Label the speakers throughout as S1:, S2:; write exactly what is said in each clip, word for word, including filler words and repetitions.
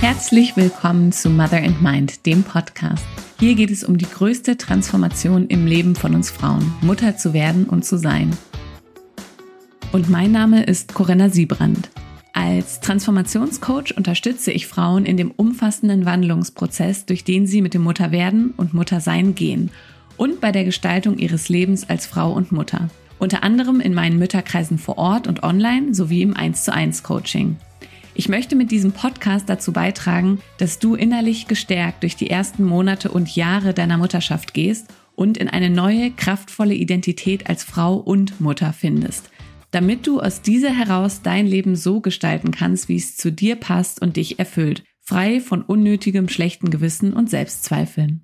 S1: Herzlich willkommen zu Mother and Mind, dem Podcast. Hier geht es um die größte Transformation im Leben von uns Frauen, Mutter zu werden und zu sein. Und mein Name ist Corinna Siebrand. Als Transformationscoach unterstütze ich Frauen in dem umfassenden Wandlungsprozess, durch den sie mit dem Mutterwerden und Muttersein gehen und bei der Gestaltung ihres Lebens als Frau und Mutter. Unter anderem in meinen Mütterkreisen vor Ort und online sowie im eins zu eins Coaching. Ich möchte mit diesem Podcast dazu beitragen, dass du innerlich gestärkt durch die ersten Monate und Jahre deiner Mutterschaft gehst und in eine neue, kraftvolle Identität als Frau und Mutter findest, damit du aus dieser heraus dein Leben so gestalten kannst, wie es zu dir passt und dich erfüllt, frei von unnötigem schlechten Gewissen und Selbstzweifeln.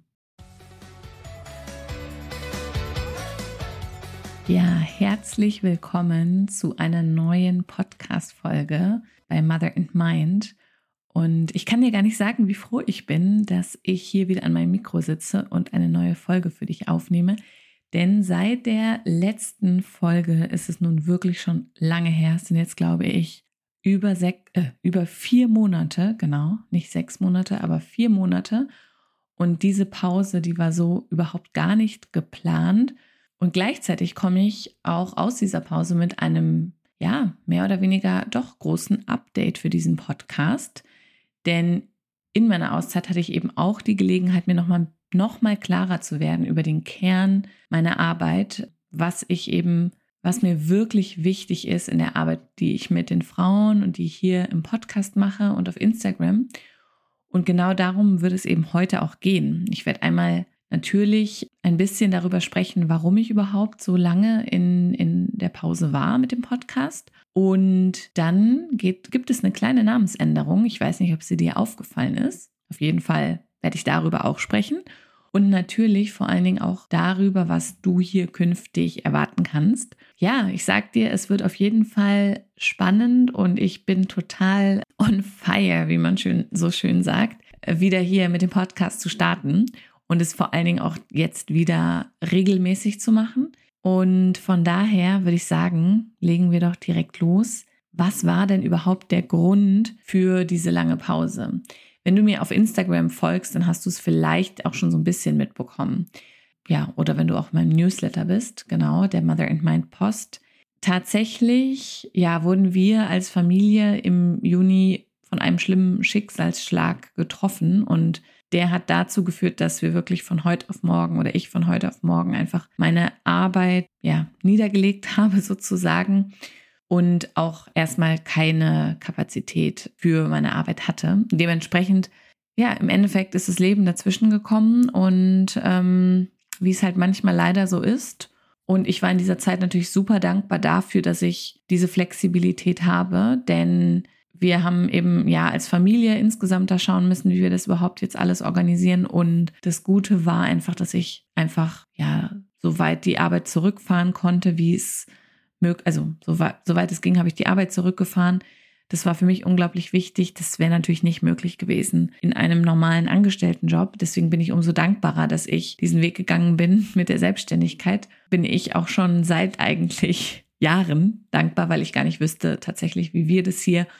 S1: Ja, herzlich willkommen zu einer neuen Podcast-Folge bei Mother and Mind. Und ich kann dir gar nicht sagen, wie froh ich bin, dass ich hier wieder an meinem Mikro sitze und eine neue Folge für dich aufnehme. Denn seit der letzten Folge ist es nun wirklich schon lange her. Es sind jetzt, glaube ich, über, sech, äh, über vier Monate, genau, nicht sechs Monate, aber vier Monate. Und diese Pause, die war so überhaupt gar nicht geplant. Und gleichzeitig komme ich auch aus dieser Pause mit einem, ja, mehr oder weniger doch großen Update für diesen Podcast. Denn in meiner Auszeit hatte ich eben auch die Gelegenheit, mir nochmal noch mal klarer zu werden über den Kern meiner Arbeit, was ich eben, was mir wirklich wichtig ist in der Arbeit, die ich mit den Frauen und die ich hier im Podcast mache und auf Instagram. Und genau darum wird es eben heute auch gehen. Ich werde einmal natürlich ein bisschen darüber sprechen, warum ich überhaupt so lange in, in der Pause war mit dem Podcast. Und dann geht, gibt es eine kleine Namensänderung. Ich weiß nicht, ob sie dir aufgefallen ist. Auf jeden Fall werde ich darüber auch sprechen. Und natürlich vor allen Dingen auch darüber, was du hier künftig erwarten kannst. Ja, ich sag dir, es wird auf jeden Fall spannend und ich bin total on fire, wie man schön, so schön sagt, wieder hier mit dem Podcast zu starten. Und es vor allen Dingen auch jetzt wieder regelmäßig zu machen. Und von daher würde ich sagen, legen wir doch direkt los. Was war denn überhaupt der Grund für diese lange Pause? Wenn du mir auf Instagram folgst, dann hast du es vielleicht auch schon so ein bisschen mitbekommen. Ja, oder wenn du auch in meinem Newsletter bist, genau, der Mother and Mind Post. Tatsächlich, ja, wurden wir als Familie im Juni von einem schlimmen Schicksalsschlag getroffen und der hat dazu geführt, dass wir wirklich von heute auf morgen oder ich von heute auf morgen einfach meine Arbeit ja niedergelegt habe sozusagen und auch erstmal keine Kapazität für meine Arbeit hatte. Dementsprechend, ja, im Endeffekt ist das Leben dazwischen gekommen und ähm, wie es halt manchmal leider so ist. Und ich war in dieser Zeit natürlich super dankbar dafür, dass ich diese Flexibilität habe, denn wir haben eben ja als Familie insgesamt da schauen müssen, wie wir das überhaupt jetzt alles organisieren. Und das Gute war einfach, dass ich einfach ja soweit die Arbeit zurückfahren konnte, wie es möglich, also soweit, soweit es ging, habe ich die Arbeit zurückgefahren. Das war für mich unglaublich wichtig. Das wäre natürlich nicht möglich gewesen in einem normalen Angestelltenjob. Deswegen bin ich umso dankbarer, dass ich diesen Weg gegangen bin mit der Selbstständigkeit. Bin ich auch schon seit eigentlich Jahren dankbar, weil ich gar nicht wüsste tatsächlich, wie wir das hier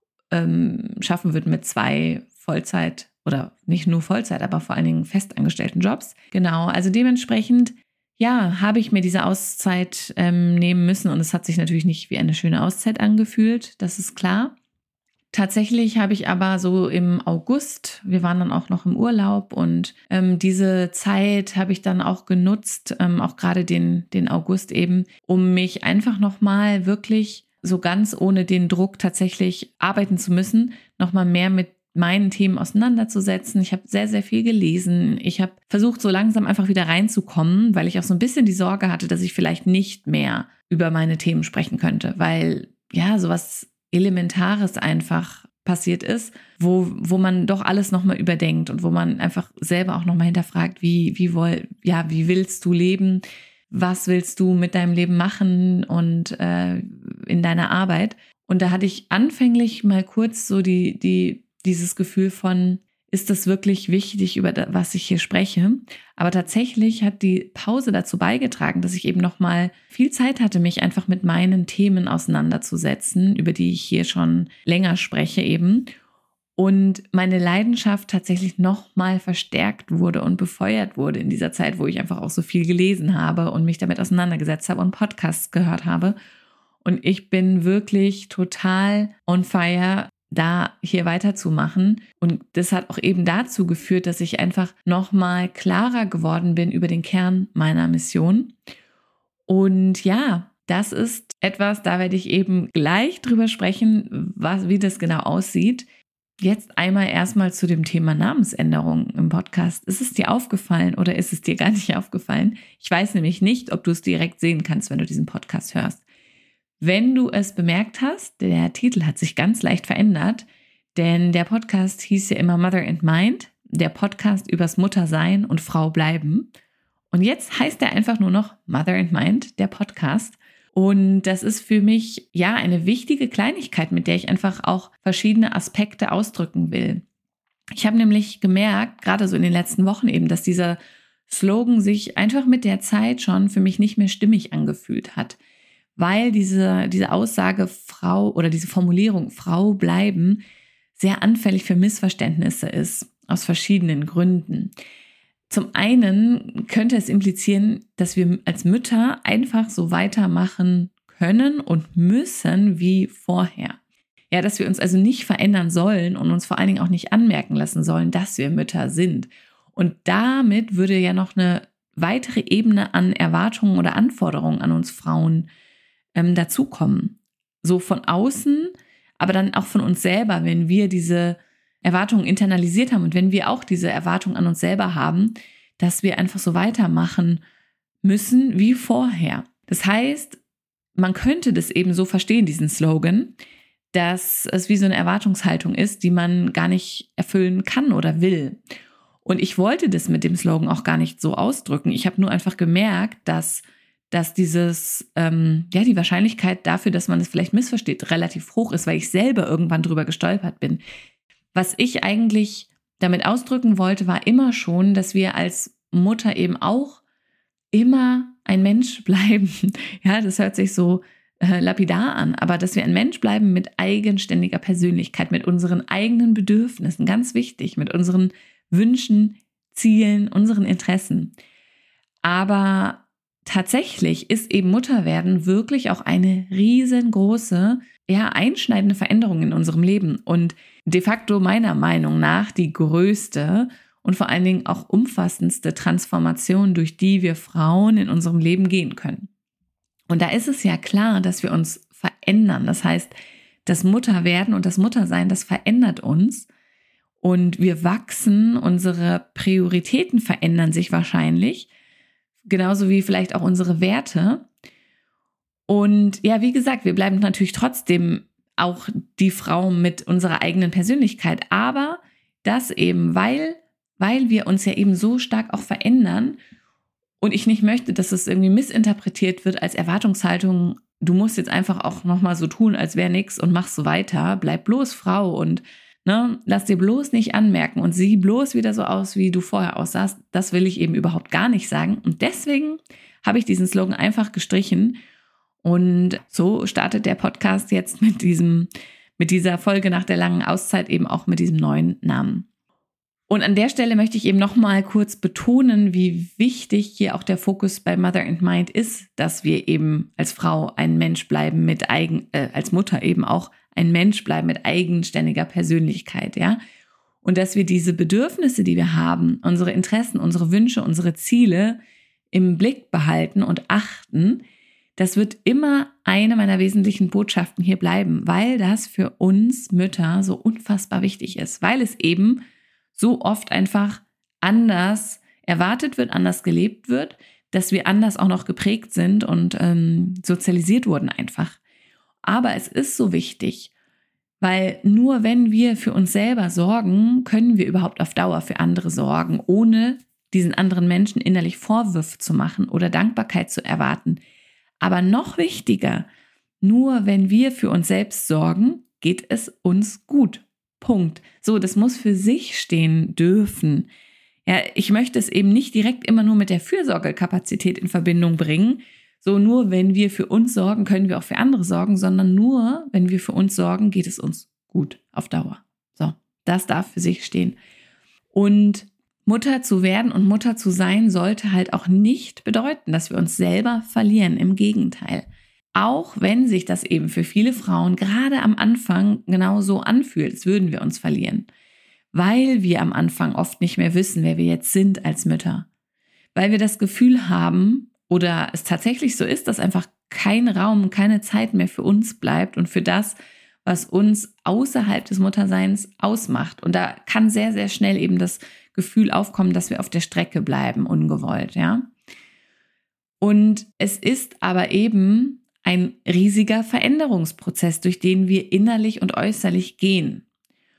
S1: schaffen würden mit zwei Vollzeit oder nicht nur Vollzeit, aber vor allen Dingen festangestellten Jobs. Genau, also dementsprechend, ja, habe ich mir diese Auszeit ähm, nehmen müssen und es hat sich natürlich nicht wie eine schöne Auszeit angefühlt, das ist klar. Tatsächlich habe ich aber so im August, wir waren dann auch noch im Urlaub und ähm, diese Zeit habe ich dann auch genutzt, ähm, auch gerade den, den August eben, um mich einfach nochmal wirklich so ganz ohne den Druck tatsächlich arbeiten zu müssen, nochmal mehr mit meinen Themen auseinanderzusetzen. Ich habe sehr, sehr viel gelesen. Ich habe versucht, so langsam einfach wieder reinzukommen, weil ich auch so ein bisschen die Sorge hatte, dass ich vielleicht nicht mehr über meine Themen sprechen könnte, weil ja, sowas Elementares einfach passiert ist, wo, wo man doch alles nochmal überdenkt und wo man einfach selber auch nochmal hinterfragt, wie, wie, woll, ja, wie willst du leben? Was willst du mit deinem Leben machen und äh, in deiner Arbeit? Und da hatte ich anfänglich mal kurz so die, die, dieses Gefühl von, ist das wirklich wichtig, über das, was ich hier spreche? Aber tatsächlich hat die Pause dazu beigetragen, dass ich eben nochmal viel Zeit hatte, mich einfach mit meinen Themen auseinanderzusetzen, über die ich hier schon länger spreche eben. und meine Leidenschaft tatsächlich nochmal verstärkt wurde und befeuert wurde in dieser Zeit, wo ich einfach auch so viel gelesen habe und mich damit auseinandergesetzt habe und Podcasts gehört habe. Und ich bin wirklich total on fire, da hier weiterzumachen. Und das hat auch eben dazu geführt, dass ich einfach nochmal klarer geworden bin über den Kern meiner Mission. Und ja, das ist etwas, da werde ich eben gleich drüber sprechen, was, wie das genau aussieht. Jetzt einmal erstmal zu dem Thema Namensänderung im Podcast. Ist es dir aufgefallen oder ist es dir gar nicht aufgefallen? Ich weiß nämlich nicht, ob du es direkt sehen kannst, wenn du diesen Podcast hörst. Wenn du es bemerkt hast, der Titel hat sich ganz leicht verändert, denn der Podcast hieß ja immer Mother and Mind, der Podcast übers Muttersein und Frau bleiben. Und jetzt heißt er einfach nur noch Mother and Mind, der Podcast. Und das ist für mich ja eine wichtige Kleinigkeit, mit der ich einfach auch verschiedene Aspekte ausdrücken will. Ich habe nämlich gemerkt, gerade so in den letzten Wochen eben, dass dieser Slogan sich einfach mit der Zeit schon für mich nicht mehr stimmig angefühlt hat, weil diese, diese Aussage Frau oder diese Formulierung Frau bleiben sehr anfällig für Missverständnisse ist, aus verschiedenen Gründen. Zum einen könnte es implizieren, dass wir als Mütter einfach so weitermachen können und müssen wie vorher. Ja, dass wir uns also nicht verändern sollen und uns vor allen Dingen auch nicht anmerken lassen sollen, dass wir Mütter sind. Und damit würde ja noch eine weitere Ebene an Erwartungen oder Anforderungen an uns Frauen ähm, dazukommen. So von außen, aber dann auch von uns selber, wenn wir diese Erwartungen internalisiert haben und wenn wir auch diese Erwartungen an uns selber haben, dass wir einfach so weitermachen müssen wie vorher. Das heißt, man könnte das eben so verstehen, diesen Slogan, dass es wie so eine Erwartungshaltung ist, die man gar nicht erfüllen kann oder will. Und ich wollte das mit dem Slogan auch gar nicht so ausdrücken. Ich habe nur einfach gemerkt, dass, dass dieses, ähm, ja, die Wahrscheinlichkeit dafür, dass man es vielleicht missversteht, relativ hoch ist, weil ich selber irgendwann drüber gestolpert bin. Was ich eigentlich damit ausdrücken wollte, war immer schon, dass wir als Mutter eben auch immer ein Mensch bleiben. Ja, das hört sich so äh, lapidar an, aber dass wir ein Mensch bleiben mit eigenständiger Persönlichkeit, mit unseren eigenen Bedürfnissen, ganz wichtig, mit unseren Wünschen, Zielen, unseren Interessen. Aber tatsächlich ist eben Mutterwerden wirklich auch eine riesengroße, ja, einschneidende Veränderung in unserem Leben und de facto meiner Meinung nach die größte und vor allen Dingen auch umfassendste Transformation, durch die wir Frauen in unserem Leben gehen können. Und da ist es ja klar, dass wir uns verändern. Das heißt, das Mutterwerden und das Muttersein, das verändert uns und wir wachsen, unsere Prioritäten verändern sich wahrscheinlich, genauso wie vielleicht auch unsere Werte. Und ja, wie gesagt, wir bleiben natürlich trotzdem auch die Frau mit unserer eigenen Persönlichkeit, aber das eben, weil, weil wir uns ja eben so stark auch verändern und ich nicht möchte, dass es irgendwie missinterpretiert wird als Erwartungshaltung, du musst jetzt einfach auch nochmal so tun, als wäre nichts und mach so weiter, bleib bloß Frau und ne, lass dir bloß nicht anmerken und sieh bloß wieder so aus, wie du vorher aussahst. Das will ich eben überhaupt gar nicht sagen und deswegen habe ich diesen Slogan einfach gestrichen. Und so startet der Podcast jetzt mit diesem, mit dieser Folge nach der langen Auszeit eben auch mit diesem neuen Namen. Und an der Stelle möchte ich eben nochmal kurz betonen, wie wichtig hier auch der Fokus bei Mother and Mind ist, dass wir eben als Frau ein Mensch bleiben mit eigen, äh, als Mutter eben auch ein Mensch bleiben mit eigenständiger Persönlichkeit, ja. Und dass wir diese Bedürfnisse, die wir haben, unsere Interessen, unsere Wünsche, unsere Ziele im Blick behalten und achten. Das wird immer eine meiner wesentlichen Botschaften hier bleiben, weil das für uns Mütter so unfassbar wichtig ist, weil es eben so oft einfach anders erwartet wird, anders gelebt wird, dass wir anders auch noch geprägt sind und ähm, sozialisiert wurden einfach. Aber es ist so wichtig, weil nur wenn wir für uns selber sorgen, können wir überhaupt auf Dauer für andere sorgen, ohne diesen anderen Menschen innerlich Vorwürfe zu machen oder Dankbarkeit zu erwarten. Aber noch wichtiger, nur wenn wir für uns selbst sorgen, geht es uns gut. Punkt. So, das muss für sich stehen dürfen. Ja, ich möchte es eben nicht direkt immer nur mit der Fürsorgekapazität in Verbindung bringen. So, nur wenn wir für uns sorgen, können wir auch für andere sorgen, sondern nur wenn wir für uns sorgen, geht es uns gut auf Dauer. So, Das darf für sich stehen. Und Mutter zu werden und Mutter zu sein sollte halt auch nicht bedeuten, dass wir uns selber verlieren. Im Gegenteil. Auch wenn sich das eben für viele Frauen gerade am Anfang genauso anfühlt, als würden wir uns verlieren. Weil wir am Anfang oft nicht mehr wissen, wer wir jetzt sind als Mütter. Weil wir das Gefühl haben oder es tatsächlich so ist, dass einfach kein Raum, keine Zeit mehr für uns bleibt und für das, was uns außerhalb des Mutterseins ausmacht. Und da kann sehr, sehr schnell eben das Gefühl aufkommen, dass wir auf der Strecke bleiben, ungewollt, ja. Und es ist aber eben ein riesiger Veränderungsprozess, durch den wir innerlich und äußerlich gehen.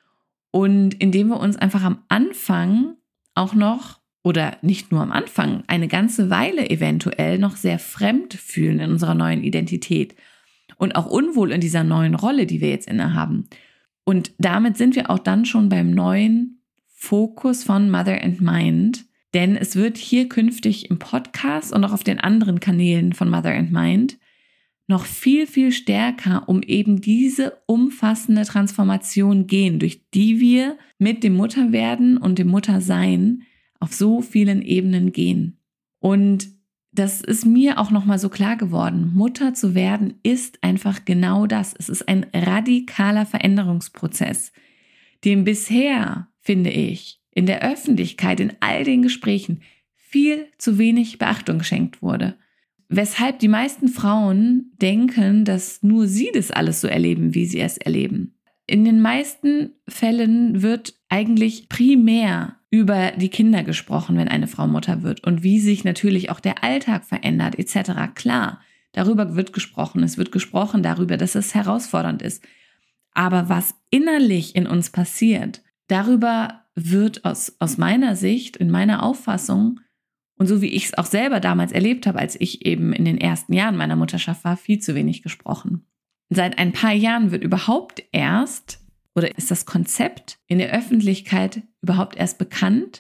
S1: Und indem wir uns einfach am Anfang auch noch, oder nicht nur am Anfang, eine ganze Weile eventuell noch sehr fremd fühlen in unserer neuen Identität und auch unwohl in dieser neuen Rolle, die wir jetzt innehaben. Und damit sind wir auch dann schon beim neuen Fokus von Mother and Mind, denn es wird hier künftig im Podcast und auch auf den anderen Kanälen von Mother and Mind noch viel, viel stärker um eben diese umfassende Transformation gehen, durch die wir mit dem Mutterwerden und dem Muttersein auf so vielen Ebenen gehen. Und das ist mir auch nochmal so klar geworden. Mutter zu werden ist einfach genau das. Es ist ein radikaler Veränderungsprozess, dem bisher, finde ich, in der Öffentlichkeit, in all den Gesprächen viel zu wenig Beachtung geschenkt wurde. Weshalb die meisten Frauen denken, dass nur sie das alles so erleben, wie sie es erleben. In den meisten Fällen wird eigentlich primär über die Kinder gesprochen, wenn eine Frau Mutter wird und wie sich natürlich auch der Alltag verändert et cetera. Klar, darüber wird gesprochen. Es wird gesprochen darüber, dass es herausfordernd ist. Aber was innerlich in uns passiert, darüber wird aus, aus meiner Sicht, in meiner Auffassung und so wie ich es auch selber damals erlebt habe, als ich eben in den ersten Jahren meiner Mutterschaft war, viel zu wenig gesprochen. Seit ein paar Jahren wird überhaupt erst, oder ist das Konzept in der Öffentlichkeit überhaupt erst bekannt,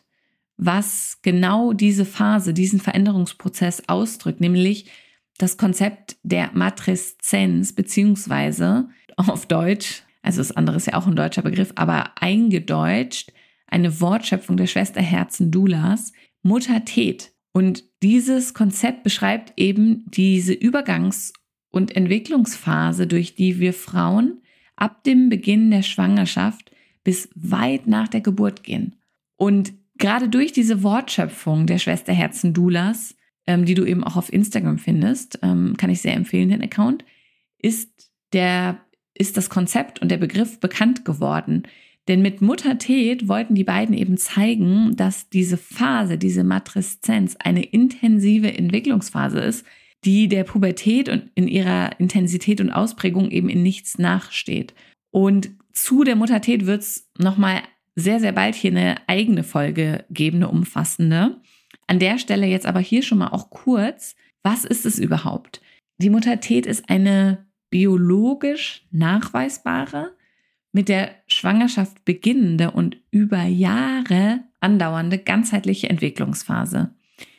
S1: was genau diese Phase, diesen Veränderungsprozess ausdrückt, nämlich das Konzept der Matreszenz, beziehungsweise auf Deutsch, also das andere ist ja auch ein deutscher Begriff, aber eingedeutscht, eine Wortschöpfung der Schwesterherzen Doulas, Mutter-Tät. Und dieses Konzept beschreibt eben diese Übergangs- und Entwicklungsphase, durch die wir Frauen ab dem Beginn der Schwangerschaft bis weit nach der Geburt gehen. Und gerade durch diese Wortschöpfung der Schwesterherzen Doulas, ähm, die du eben auch auf Instagram findest, ähm, kann ich sehr empfehlen, den Account, ist, der, ist das Konzept und der Begriff bekannt geworden. Denn mit Mutter-Tät wollten die beiden eben zeigen, dass diese Phase, diese Matreszenz eine intensive Entwicklungsphase ist, die der Pubertät und in ihrer Intensität und Ausprägung eben in nichts nachsteht. Und zu der Mutter-Tät wird es nochmal sehr, sehr bald hier eine eigene Folge geben, eine umfassende. An der Stelle jetzt aber hier schon mal auch kurz, was ist es überhaupt? Die Mutter-Tät ist eine biologisch nachweisbare, mit der Schwangerschaft beginnende und über Jahre andauernde ganzheitliche Entwicklungsphase.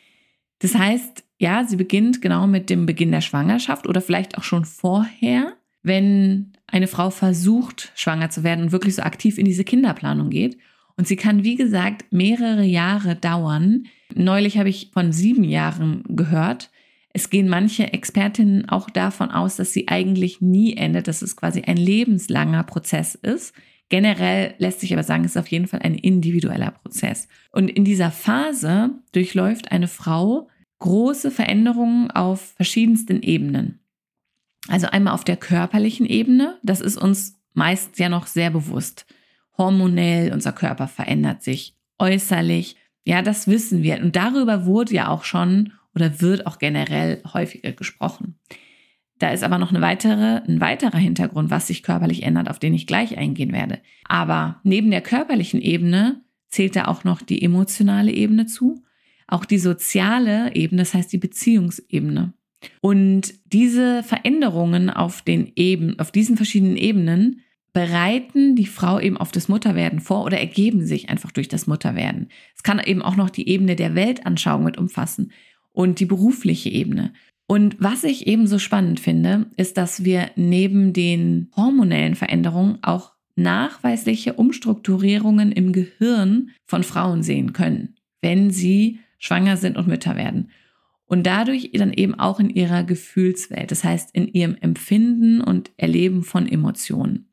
S1: Das heißt, ja, sie beginnt genau mit dem Beginn der Schwangerschaft oder vielleicht auch schon vorher, wenn eine Frau versucht, schwanger zu werden und wirklich so aktiv in diese Kinderplanung geht. Und sie kann, wie gesagt, mehrere Jahre dauern. Neulich habe ich von sieben Jahren gehört. Es gehen manche Expertinnen auch davon aus, dass sie eigentlich nie endet, dass es quasi ein lebenslanger Prozess ist. Generell lässt sich aber sagen, es ist auf jeden Fall ein individueller Prozess. Und in dieser Phase durchläuft eine Frau große Veränderungen auf verschiedensten Ebenen. Also einmal auf der körperlichen Ebene, das ist uns meist ja noch sehr bewusst. Hormonell, unser Körper verändert sich äußerlich. Ja, das wissen wir. Und darüber wurde ja auch schon oder wird auch generell häufiger gesprochen. Da ist aber noch eine weitere, ein weiterer Hintergrund, was sich körperlich ändert, auf den ich gleich eingehen werde. Aber neben der körperlichen Ebene zählt da auch noch die emotionale Ebene zu, auch die soziale Ebene, das heißt die Beziehungsebene. Und diese Veränderungen auf den Eben, auf diesen verschiedenen Ebenen bereiten die Frau eben auf das Mutterwerden vor oder ergeben sich einfach durch das Mutterwerden. Es kann eben auch noch die Ebene der Weltanschauung mit umfassen und die berufliche Ebene. Und was ich eben so spannend finde, ist, dass wir neben den hormonellen Veränderungen auch nachweisliche Umstrukturierungen im Gehirn von Frauen sehen können, wenn sie schwanger sind und Mütter werden. Und dadurch dann eben auch in ihrer Gefühlswelt, das heißt in ihrem Empfinden und Erleben von Emotionen.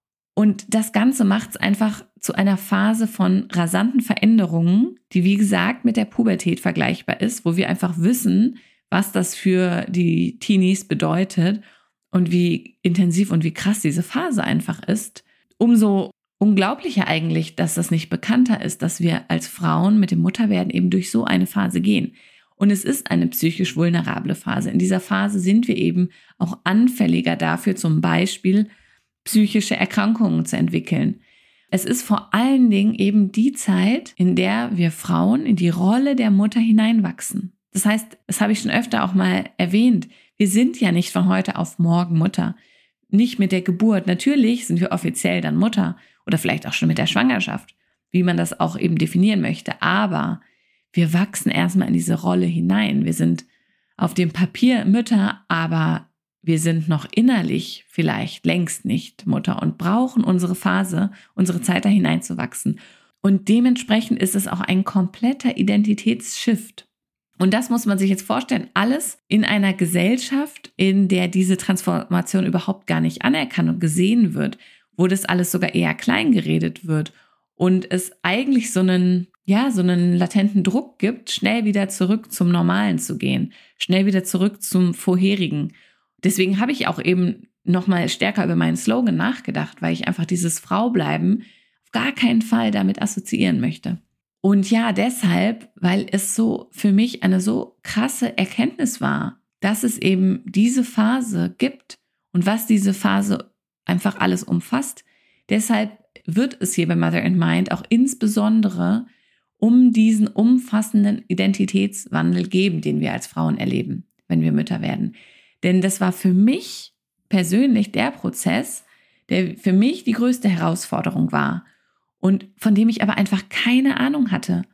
S1: Und das Ganze macht es einfach zu einer Phase von rasanten Veränderungen, die wie gesagt mit der Pubertät vergleichbar ist, wo wir einfach wissen, was das für die Teenies bedeutet und wie intensiv und wie krass diese Phase einfach ist. Umso unglaublicher eigentlich, dass das nicht bekannter ist, dass wir als Frauen mit dem Mutterwerden eben durch so eine Phase gehen. Und es ist eine psychisch vulnerable Phase. In dieser Phase sind wir eben auch anfälliger dafür, zum Beispiel psychische Erkrankungen zu entwickeln. Es ist vor allen Dingen eben die Zeit, in der wir Frauen in die Rolle der Mutter hineinwachsen. Das heißt, das habe ich schon öfter auch mal erwähnt, wir sind ja nicht von heute auf morgen Mutter. Nicht mit der Geburt. Natürlich sind wir offiziell dann Mutter oder vielleicht auch schon mit der Schwangerschaft, wie man das auch eben definieren möchte. Aber wir wachsen erstmal in diese Rolle hinein. Wir sind auf dem Papier Mütter, aber wir sind noch innerlich vielleicht längst nicht Mutter und brauchen unsere Phase, unsere Zeit da hineinzuwachsen. Und dementsprechend ist es auch ein kompletter Identitätsshift. Und das muss man sich jetzt vorstellen, alles in einer Gesellschaft, in der diese Transformation überhaupt gar nicht anerkannt und gesehen wird, wo das alles sogar eher klein geredet wird und es eigentlich so einen, ja, so einen latenten Druck gibt, schnell wieder zurück zum Normalen zu gehen, schnell wieder zurück zum Vorherigen. Deswegen habe ich auch eben nochmal stärker über meinen Slogan nachgedacht, weil ich einfach dieses Frau bleiben auf gar keinen Fall damit assoziieren möchte. Und ja, deshalb, weil es so für mich eine so krasse Erkenntnis war, dass es eben diese Phase gibt und was diese Phase einfach alles umfasst. Deshalb wird es hier bei Mother and Mind auch insbesondere um diesen umfassenden Identitätswandel geben, den wir als Frauen erleben, wenn wir Mütter werden. Denn das war für mich persönlich der Prozess, der für mich die größte Herausforderung war und von dem ich aber einfach keine Ahnung hatte.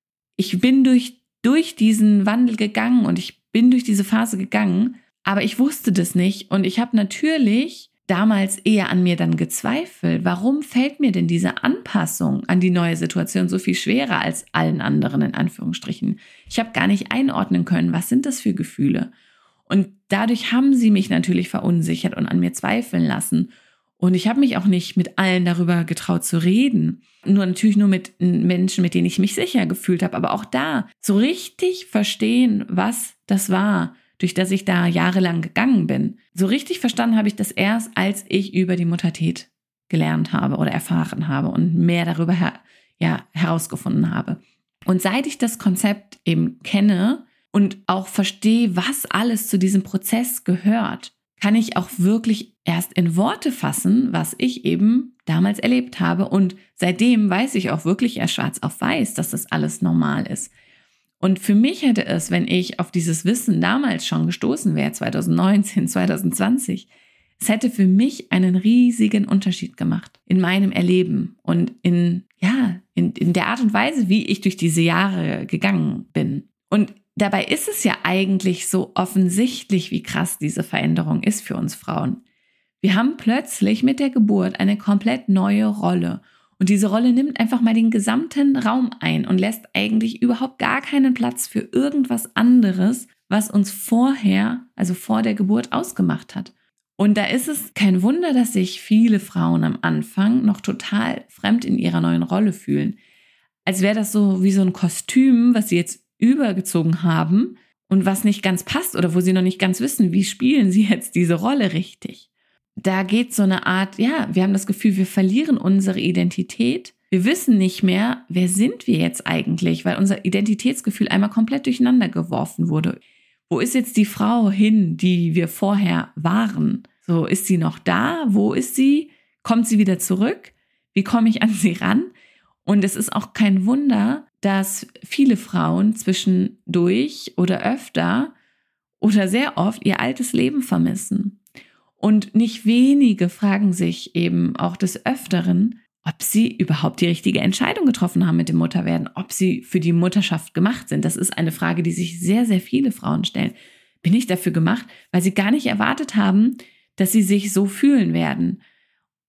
S1: Ich bin durch, durch diesen Wandel gegangen und ich bin durch diese Phase gegangen, aber ich wusste das nicht und ich habe natürlich damals eher an mir dann gezweifelt. Warum fällt mir denn diese Anpassung an die neue Situation so viel schwerer als allen anderen in Anführungsstrichen? Ich habe gar nicht einordnen können, was sind das für Gefühle? Und dadurch haben sie mich natürlich verunsichert und an mir zweifeln lassen. Und ich habe mich auch nicht mit allen darüber getraut zu reden. Nur natürlich nur mit Menschen, mit denen ich mich sicher gefühlt habe. Aber auch da so richtig verstehen, was das war, durch das ich da jahrelang gegangen bin. So richtig verstanden habe ich das erst, als ich über die Muttertät gelernt habe oder erfahren habe und mehr darüber her- ja, herausgefunden habe. Und seit ich das Konzept eben kenne und auch verstehe, was alles zu diesem Prozess gehört, kann ich auch wirklich erst in Worte fassen, was ich eben damals erlebt habe. Und seitdem weiß ich auch wirklich erst schwarz auf weiß, dass das alles normal ist. Und für mich hätte es, wenn ich auf dieses Wissen damals schon gestoßen wäre, zwanzig neunzehn, zwanzig zwanzig, es hätte für mich einen riesigen Unterschied gemacht in meinem Erleben und in, ja, in, in der Art und Weise, wie ich durch diese Jahre gegangen bin. Und dabei ist es ja eigentlich so offensichtlich, wie krass diese Veränderung ist für uns Frauen. Wir haben plötzlich mit der Geburt eine komplett neue Rolle. Und diese Rolle nimmt einfach mal den gesamten Raum ein und lässt eigentlich überhaupt gar keinen Platz für irgendwas anderes, was uns vorher, also vor der Geburt, ausgemacht hat. Und da ist es kein Wunder, dass sich viele Frauen am Anfang noch total fremd in ihrer neuen Rolle fühlen. Als wäre das so wie so ein Kostüm, was sie jetzt übergezogen haben und was nicht ganz passt oder wo sie noch nicht ganz wissen, wie spielen sie jetzt diese Rolle richtig. Da geht so eine Art, ja, wir haben das Gefühl, wir verlieren unsere Identität. Wir wissen nicht mehr, wer sind wir jetzt eigentlich, weil unser Identitätsgefühl einmal komplett durcheinander geworfen wurde. Wo ist jetzt die Frau hin, die wir vorher waren? So, ist sie noch da? Wo ist sie? Kommt sie wieder zurück? Wie komme ich an sie ran? Und es ist auch kein Wunder, dass viele Frauen zwischendurch oder öfter oder sehr oft ihr altes Leben vermissen. Und nicht wenige fragen sich eben auch des Öfteren, ob sie überhaupt die richtige Entscheidung getroffen haben mit dem Mutterwerden, ob sie für die Mutterschaft gemacht sind. Das ist eine Frage, die sich sehr, sehr viele Frauen stellen. Bin ich dafür gemacht, weil sie gar nicht erwartet haben, dass sie sich so fühlen werden?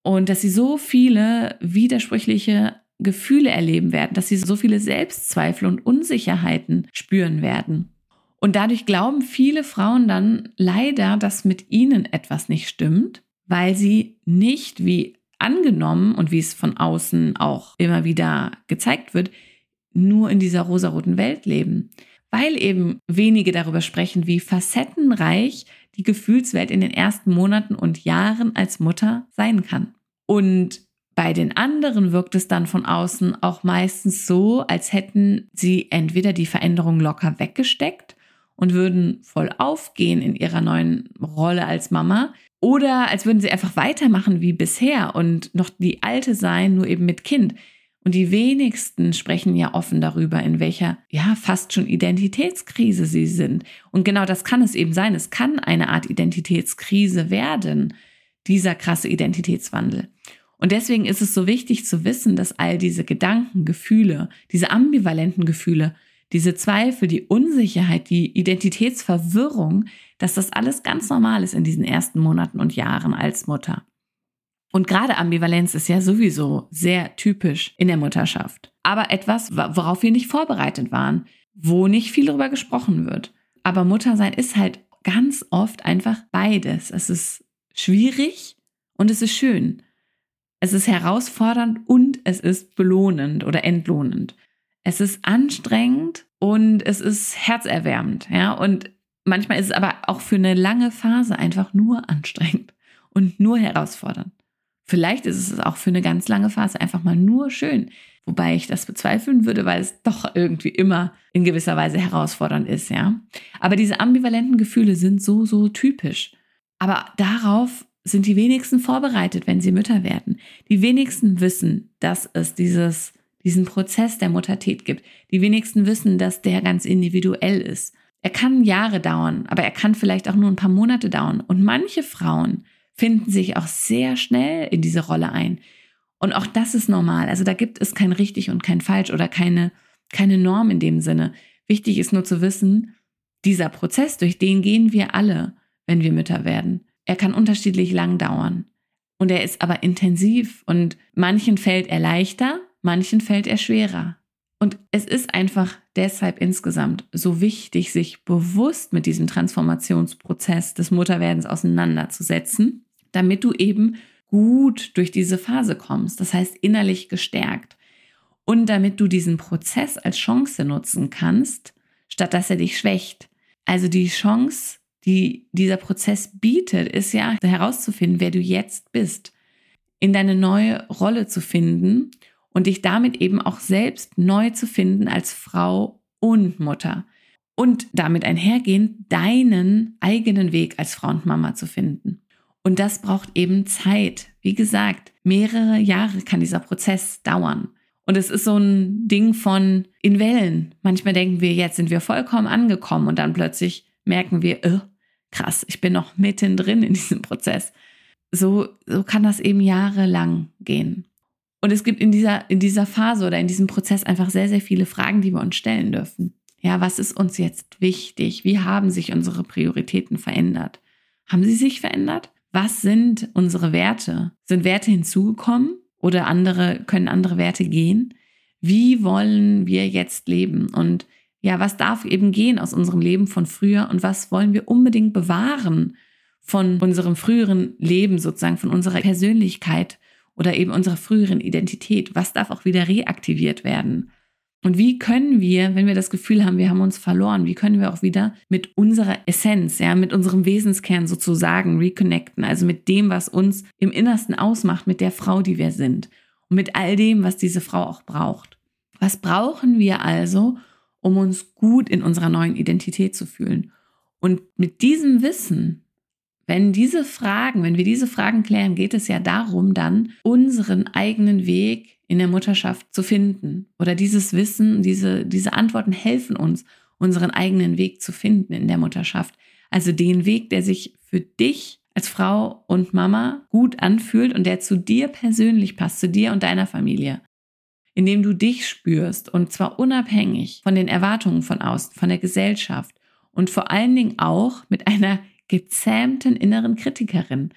S1: und dass sie so viele widersprüchliche Gefühle erleben werden, dass sie so viele Selbstzweifel und Unsicherheiten spüren werden. Und dadurch glauben viele Frauen dann leider, dass mit ihnen etwas nicht stimmt, weil sie nicht wie angenommen und wie es von außen auch immer wieder gezeigt wird, nur in dieser rosaroten Welt leben. Weil eben wenige darüber sprechen, wie facettenreich die Gefühlswelt in den ersten Monaten und Jahren als Mutter sein kann. Und bei den anderen wirkt es dann von außen auch meistens so, als hätten sie entweder die Veränderung locker weggesteckt und würden voll aufgehen in ihrer neuen Rolle als Mama, oder als würden sie einfach weitermachen wie bisher und noch die alte sein, nur eben mit Kind. Und die wenigsten sprechen ja offen darüber, in welcher, ja, fast schon Identitätskrise sie sind. Und genau das kann es eben sein. Es kann eine Art Identitätskrise werden, dieser krasse Identitätswandel. Und deswegen ist es so wichtig zu wissen, dass all diese Gedanken, Gefühle, diese ambivalenten Gefühle, diese Zweifel, die Unsicherheit, die Identitätsverwirrung, dass das alles ganz normal ist in diesen ersten Monaten und Jahren als Mutter. Und gerade Ambivalenz ist ja sowieso sehr typisch in der Mutterschaft. Aber etwas, worauf wir nicht vorbereitet waren, wo nicht viel darüber gesprochen wird. Aber Muttersein ist halt ganz oft einfach beides. Es ist schwierig und es ist schön. Es ist herausfordernd und es ist belohnend oder entlohnend. Es ist anstrengend und es ist herzerwärmend, ja. Und manchmal ist es aber auch für eine lange Phase einfach nur anstrengend und nur herausfordernd. Vielleicht ist es auch für eine ganz lange Phase einfach mal nur schön, wobei ich das bezweifeln würde, weil es doch irgendwie immer in gewisser Weise herausfordernd ist, ja. Aber diese ambivalenten Gefühle sind so, so typisch. Aber darauf sind die wenigsten vorbereitet, wenn sie Mütter werden. Die wenigsten wissen, dass es dieses, diesen Prozess der Muttertät gibt. Die wenigsten wissen, dass der ganz individuell ist. Er kann Jahre dauern, aber er kann vielleicht auch nur ein paar Monate dauern. Und manche Frauen finden sich auch sehr schnell in diese Rolle ein. Und auch das ist normal. Also da gibt es kein richtig und kein falsch oder keine, keine Norm in dem Sinne. Wichtig ist nur zu wissen, dieser Prozess, durch den gehen wir alle, wenn wir Mütter werden. Er kann unterschiedlich lang dauern und er ist aber intensiv und manchen fällt er leichter, manchen fällt er schwerer. Und es ist einfach deshalb insgesamt so wichtig, sich bewusst mit diesem Transformationsprozess des Mutterwerdens auseinanderzusetzen, damit du eben gut durch diese Phase kommst, das heißt innerlich gestärkt. Und damit du diesen Prozess als Chance nutzen kannst, statt dass er dich schwächt. Also die Chance, die dieser Prozess bietet, ist ja herauszufinden, wer du jetzt bist, in deine neue Rolle zu finden und dich damit eben auch selbst neu zu finden als Frau und Mutter. Und damit einhergehend deinen eigenen Weg als Frau und Mama zu finden. Und das braucht eben Zeit. Wie gesagt, mehrere Jahre kann dieser Prozess dauern. Und es ist so ein Ding von in Wellen. Manchmal denken wir, jetzt sind wir vollkommen angekommen und dann plötzlich merken wir, oh, krass, ich bin noch mittendrin in diesem Prozess. So, so kann das eben jahrelang gehen. Und es gibt in dieser, in dieser Phase oder in diesem Prozess einfach sehr, sehr viele Fragen, die wir uns stellen dürfen. Ja, was ist uns jetzt wichtig? Wie haben sich unsere Prioritäten verändert? Haben sie sich verändert? Was sind unsere Werte? Sind Werte hinzugekommen oder andere, können andere Werte gehen? Wie wollen wir jetzt leben? Und ja, was darf eben gehen aus unserem Leben von früher und was wollen wir unbedingt bewahren von unserem früheren Leben sozusagen, von unserer Persönlichkeit oder eben unserer früheren Identität? Was darf auch wieder reaktiviert werden? Und wie können wir, wenn wir das Gefühl haben, wir haben uns verloren, wie können wir auch wieder mit unserer Essenz, ja, mit unserem Wesenskern sozusagen reconnecten, also mit dem, was uns im Innersten ausmacht, mit der Frau, die wir sind und mit all dem, was diese Frau auch braucht. Was brauchen wir also, um uns gut in unserer neuen Identität zu fühlen? Und mit diesem Wissen, wenn diese Fragen, wenn wir diese Fragen klären, geht es ja darum, dann unseren eigenen Weg in der Mutterschaft zu finden. Oder dieses Wissen, diese, diese Antworten helfen uns, unseren eigenen Weg zu finden in der Mutterschaft. Also den Weg, der sich für dich als Frau und Mama gut anfühlt und der zu dir persönlich passt, zu dir und deiner Familie. Indem du dich spürst und zwar unabhängig von den Erwartungen von außen, von der Gesellschaft und vor allen Dingen auch mit einer gezähmten inneren Kritikerin.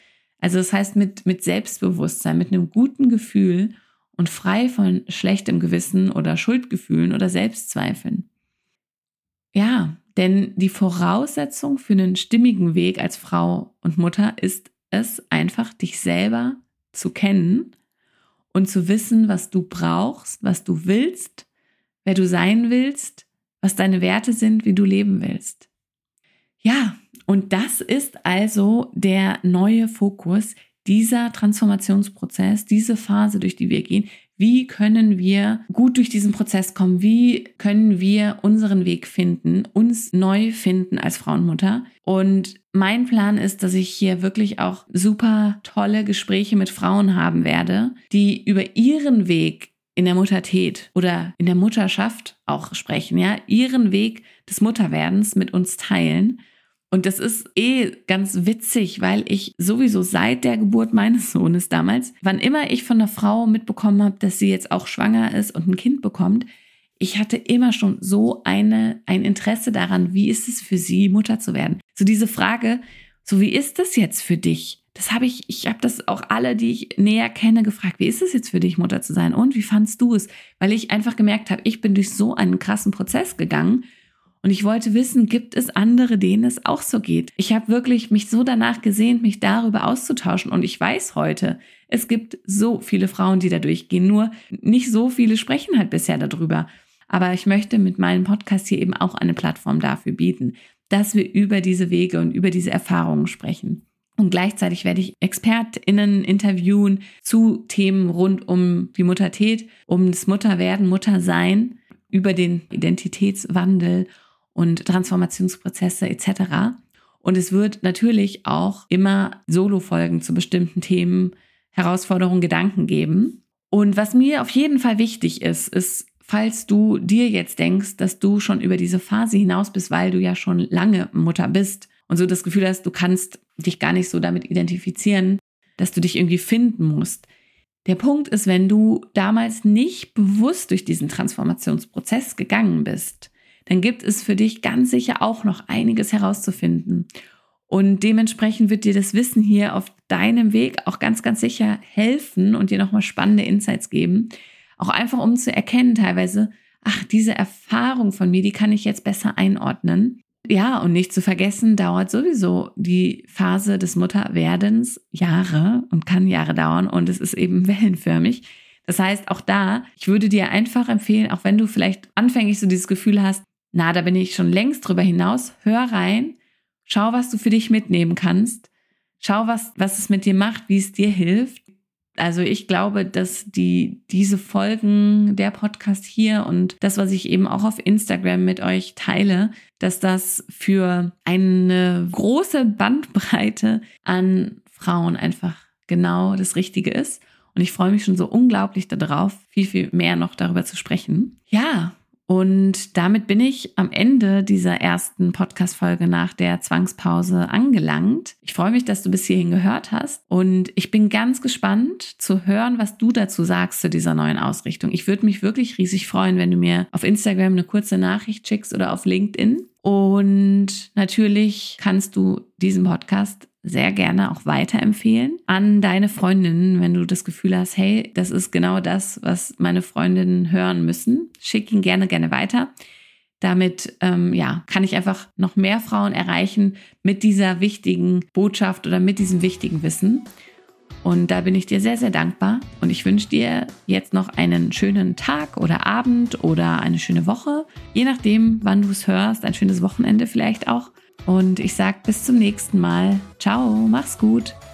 S1: Also das heißt mit, mit Selbstbewusstsein, mit einem guten Gefühl und frei von schlechtem Gewissen oder Schuldgefühlen oder Selbstzweifeln. Ja, denn die Voraussetzung für einen stimmigen Weg als Frau und Mutter ist es einfach, dich selber zu kennen und zu wissen, was du brauchst, was du willst, wer du sein willst, was deine Werte sind, wie du leben willst. Ja, und das ist also der neue Fokus, dieser Transformationsprozess, diese Phase, durch die wir gehen. Wie können wir gut durch diesen Prozess kommen? Wie können wir unseren Weg finden, uns neu finden als Frau und Mutter? Und mein Plan ist, dass ich hier wirklich auch super tolle Gespräche mit Frauen haben werde, die über ihren Weg in der Muttertät oder in der Mutterschaft auch sprechen, ja, ihren Weg des Mutterwerdens mit uns teilen. Und das ist eh ganz witzig, weil ich sowieso seit der Geburt meines Sohnes damals, wann immer ich von einer Frau mitbekommen habe, dass sie jetzt auch schwanger ist und ein Kind bekommt, ich hatte immer schon so eine, ein Interesse daran, wie ist es für sie, Mutter zu werden. So diese Frage, so wie ist das jetzt für dich? Das habe ich, ich habe das auch alle, die ich näher kenne, gefragt, wie ist es jetzt für dich, Mutter zu sein? Und wie fandst du es? Weil ich einfach gemerkt habe, ich bin durch so einen krassen Prozess gegangen. Und ich wollte wissen, gibt es andere, denen es auch so geht? Ich habe wirklich mich so danach gesehnt, mich darüber auszutauschen. Und ich weiß heute, es gibt so viele Frauen, die da durchgehen. Nur nicht so viele sprechen halt bisher darüber. Aber ich möchte mit meinem Podcast hier eben auch eine Plattform dafür bieten, dass wir über diese Wege und über diese Erfahrungen sprechen. Und gleichzeitig werde ich ExpertInnen interviewen zu Themen rund um die Muttertät, um das Mutterwerden, Muttersein, über den Identitätswandel und Transformationsprozesse et cetera. Und es wird natürlich auch immer Solo-Folgen zu bestimmten Themen, Herausforderungen, Gedanken geben. Und was mir auf jeden Fall wichtig ist, ist, falls du dir jetzt denkst, dass du schon über diese Phase hinaus bist, weil du ja schon lange Mutter bist und so das Gefühl hast, du kannst dich gar nicht so damit identifizieren, dass du dich irgendwie finden musst. Der Punkt ist, wenn du damals nicht bewusst durch diesen Transformationsprozess gegangen bist, dann gibt es für dich ganz sicher auch noch einiges herauszufinden. Und dementsprechend wird dir das Wissen hier auf deinem Weg auch ganz, ganz sicher helfen und dir nochmal spannende Insights geben. Auch einfach, um zu erkennen teilweise, ach, diese Erfahrung von mir, die kann ich jetzt besser einordnen. Ja, und nicht zu vergessen, dauert sowieso die Phase des Mutterwerdens Jahre und kann Jahre dauern und es ist eben wellenförmig. Das heißt, auch da, ich würde dir einfach empfehlen, auch wenn du vielleicht anfänglich so dieses Gefühl hast, na, da bin ich schon längst drüber hinaus, hör rein, schau, was du für dich mitnehmen kannst, schau, was, was es mit dir macht, wie es dir hilft. Also ich glaube, dass die diese Folgen, der Podcast hier und das, was ich eben auch auf Instagram mit euch teile, dass das für eine große Bandbreite an Frauen einfach genau das Richtige ist. Und ich freue mich schon so unglaublich darauf, viel, viel mehr noch darüber zu sprechen. Ja, und damit bin ich am Ende dieser ersten Podcast-Folge nach der Zwangspause angelangt. Ich freue mich, dass du bis hierhin gehört hast und ich bin ganz gespannt zu hören, was du dazu sagst zu dieser neuen Ausrichtung. Ich würde mich wirklich riesig freuen, wenn du mir auf Instagram eine kurze Nachricht schickst oder auf LinkedIn. Und natürlich kannst du diesen Podcast sehr gerne auch weiterempfehlen an deine Freundinnen, wenn du das Gefühl hast, hey, das ist genau das, was meine Freundinnen hören müssen. Schick ihn gerne, gerne weiter. Damit ähm, ja, kann ich einfach noch mehr Frauen erreichen mit dieser wichtigen Botschaft oder mit diesem wichtigen Wissen. Und da bin ich dir sehr, sehr dankbar. Und ich wünsche dir jetzt noch einen schönen Tag oder Abend oder eine schöne Woche. Je nachdem, wann du es hörst, ein schönes Wochenende vielleicht auch. Und ich sage bis zum nächsten Mal. Ciao, mach's gut.